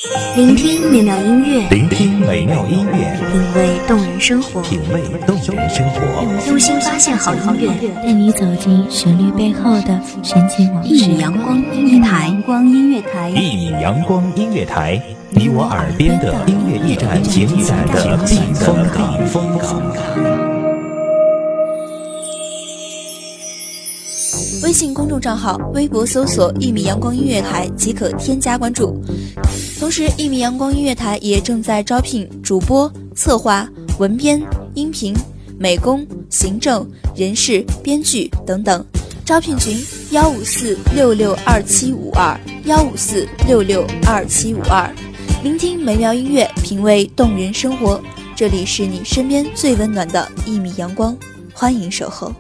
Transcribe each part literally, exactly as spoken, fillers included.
聆听美妙音乐， 聆听美妙音乐， 品味动人生活， 品味动人生活， 用心发现好音乐， 带你走进旋律背后的神奇往事。 一米阳光音乐台，光音乐台， 一米阳光音乐台，你我耳边的音乐驿站，情感的避风港，避风港。 微信公众账号、微博搜索“一米阳光音乐台”即可添加关注。同时，一米阳光音乐台也正在招聘主播、策划、文编、音频、美工、行政、人事、编剧等等。招聘群：幺五四六六二七五二幺五四六六二七五二。聆听美妙音乐，品味动人生活。这里是你身边最温暖的一米阳光，欢迎守候。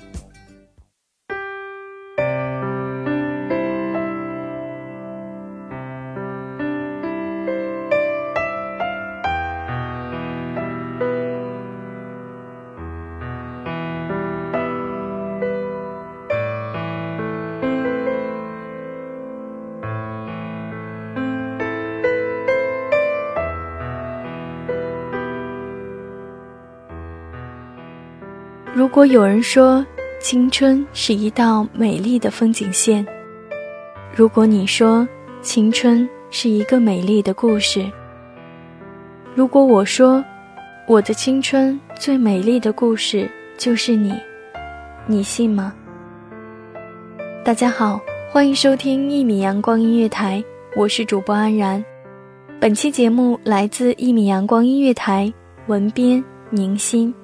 如果有人说青春是一道美丽的风景线，如果你说青春是一个美丽的故事，如果我说我的青春最美丽的故事就是你，你信吗？大家好，欢迎收听一米阳光音乐台，我是主播安然。本期节目来自一米阳光音乐台，文编宁心。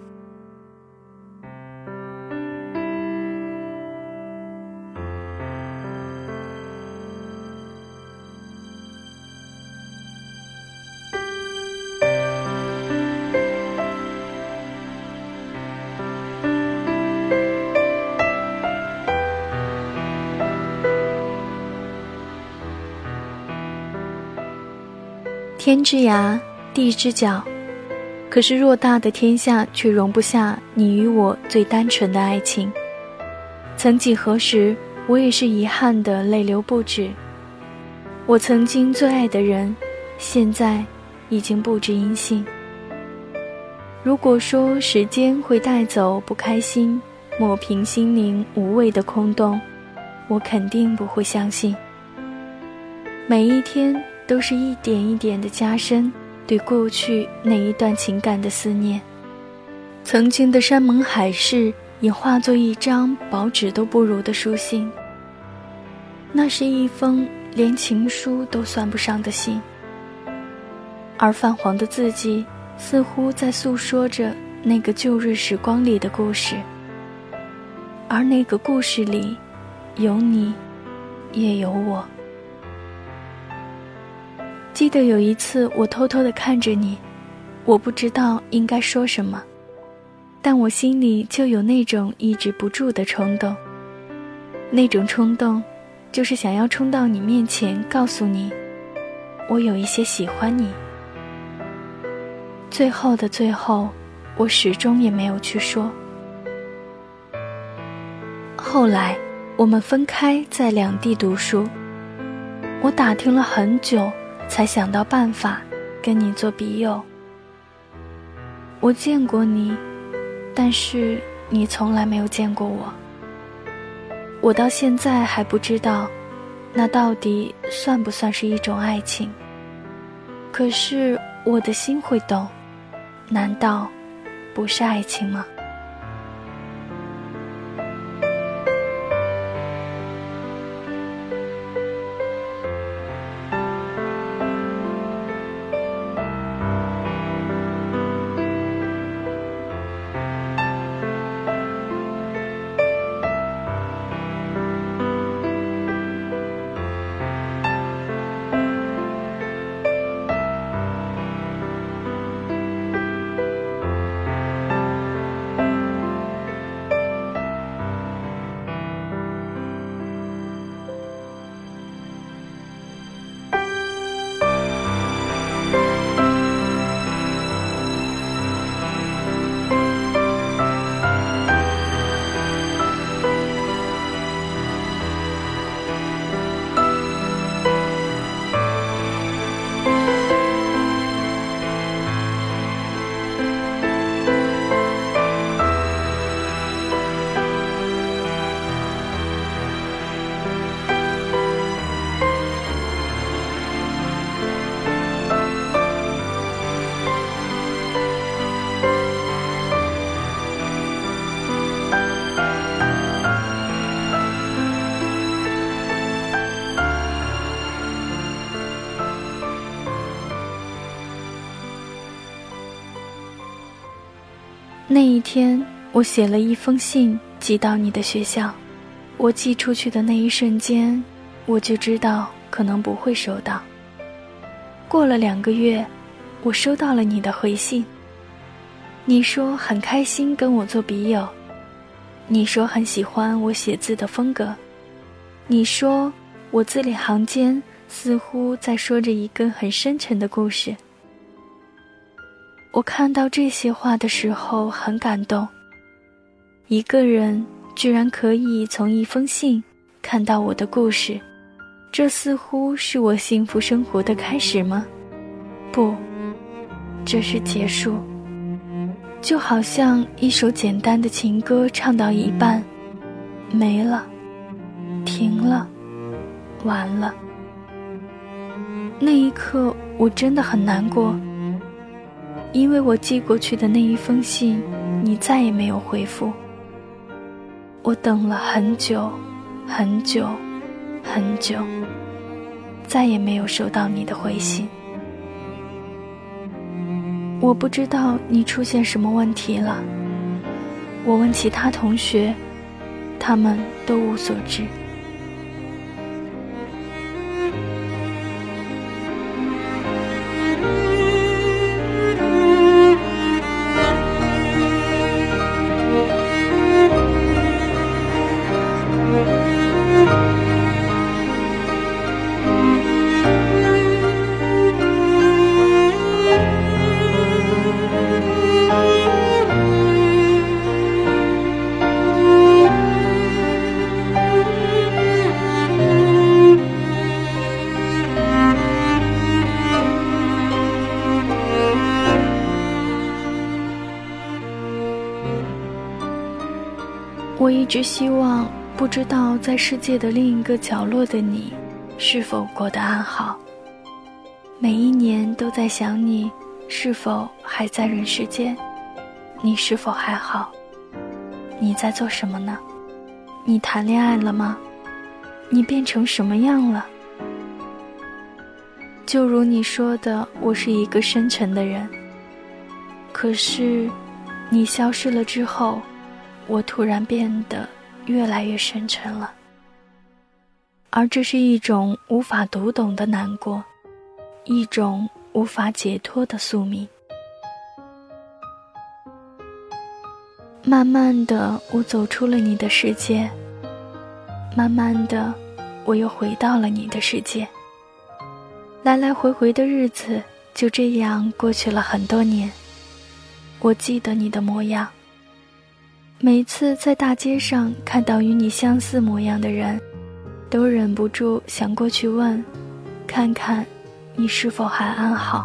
天之涯，地之角，可是偌大的天下却容不下你与我最单纯的爱情。曾几何时，我也是遗憾的泪流不止。我曾经最爱的人，现在已经不知音信。如果说时间会带走不开心，抹平心灵无谓的空洞，我肯定不会相信。每一天都是一点一点的加深对过去那一段情感的思念，曾经的山盟海誓也化作一张薄纸都不如的书信，那是一封连情书都算不上的信，而泛黄的字迹似乎在诉说着那个旧日时光里的故事，而那个故事里有你也有我。记得有一次我偷偷地看着你，我不知道应该说什么，但我心里就有那种抑制不住的冲动，那种冲动就是想要冲到你面前告诉你，我有一些喜欢你。最后的最后，我始终也没有去说。后来我们分开在两地读书，我打听了很久才想到办法跟你做笔友。我见过你，但是你从来没有见过我。我到现在还不知道那到底算不算是一种爱情，可是我的心会懂，难道不是爱情吗？ 那一天，我写了一封信寄到你的学校。我寄出去的那一瞬间，我就知道可能不会收到。过了两个月，我收到了你的回信。你说很开心跟我做笔友，你说很喜欢我写字的风格，你说我字里行间似乎在说着一个很深沉的故事。我看到这些话的时候很感动，一个人居然可以从一封信看到我的故事，这似乎是我幸福生活的开始吗？不，这是结束。就好像一首简单的情歌唱到一半，没了，停了，完了。那一刻我真的很难过，因为我寄过去的那一封信，你再也没有回复。我等了很久，很久，很久，再也没有收到你的回信。我不知道你出现什么问题了。我问其他同学，他们都无所知。我一直希望，不知道在世界的另一个角落的你，是否过得安好。每一年都在想你，是否还在人世间？你是否还好？你在做什么呢？你谈恋爱了吗？你变成什么样了？就如你说的，我是一个深沉的人。可是，你消失了之后，我突然变得越来越深沉了，而这是一种无法读懂的难过，一种无法解脱的宿命。慢慢的，我走出了你的世界，慢慢的，我又回到了你的世界。来来回回的日子就这样过去了很多年。我记得你的模样，每次在大街上看到与你相似模样的人，都忍不住想过去问，看看你是否还安好。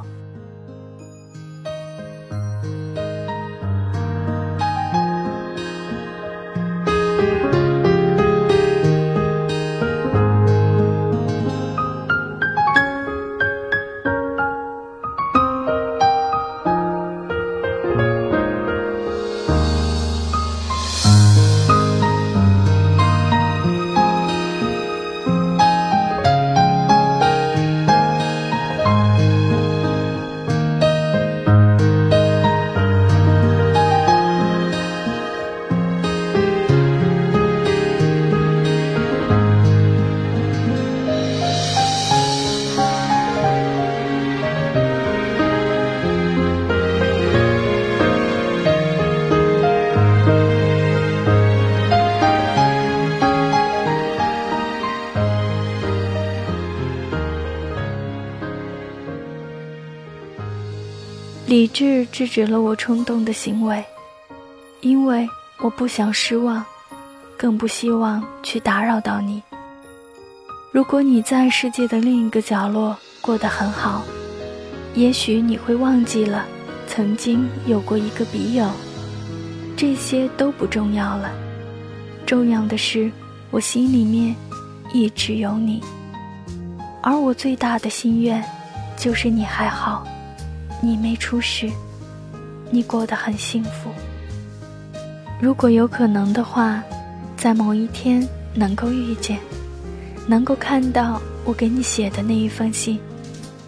理智制止了我冲动的行为，因为我不想失望，更不希望去打扰到你。如果你在世界的另一个角落过得很好，也许你会忘记了曾经有过一个笔友，这些都不重要了。重要的是，我心里面一直有你，而我最大的心愿就是你还好，你没出事，你过得很幸福。如果有可能的话，在某一天能够遇见，能够看到我给你写的那一封信。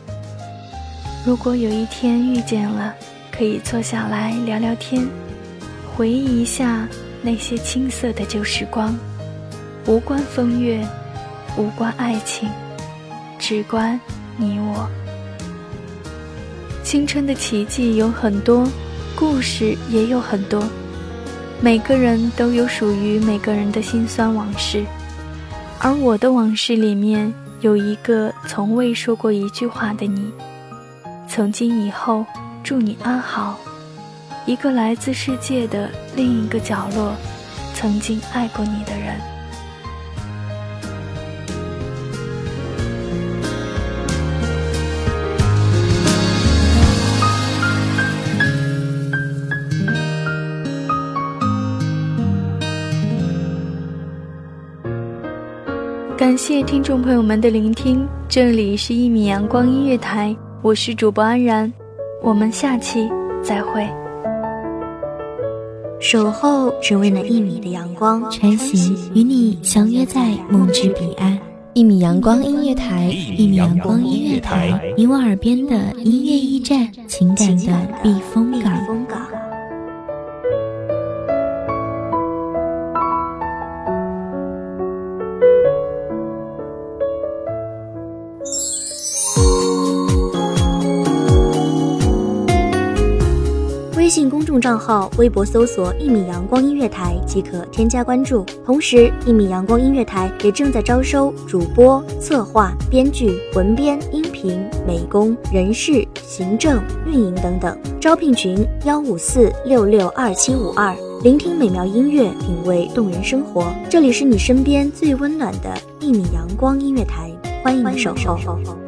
如果有一天遇见了，可以坐下来聊聊天， 回忆一下那些青涩的旧时光，无关风月，无关爱情，只关你我。青春的奇迹有很多，故事也有很多，每个人都有属于每个人的辛酸往事，而我的往事里面有一个从未说过一句话的你。从今以后，祝你安好。一个来自世界的另一个角落，曾经爱过你的人。感谢听众朋友们的聆听，这里是一米阳光音乐台，我是主播安然，我们下期再会。 守候只为那一米的阳光， 穿行与你相约在梦之彼岸。一米阳光音乐台，一米阳光音乐台，你我耳边的音乐驿站，情感的避风港。 微信公众账号、微博搜索“一米阳光音乐台”即可添加关注。同时，一米阳光音乐台也正在招收主播、策划、编剧、文编、音频、美工、人事、行政、运营等等。招聘群：幺五四六六二七五二。聆听美妙音乐，品味动人生活。这里是你身边最温暖的一米阳光音乐台，欢迎你守候。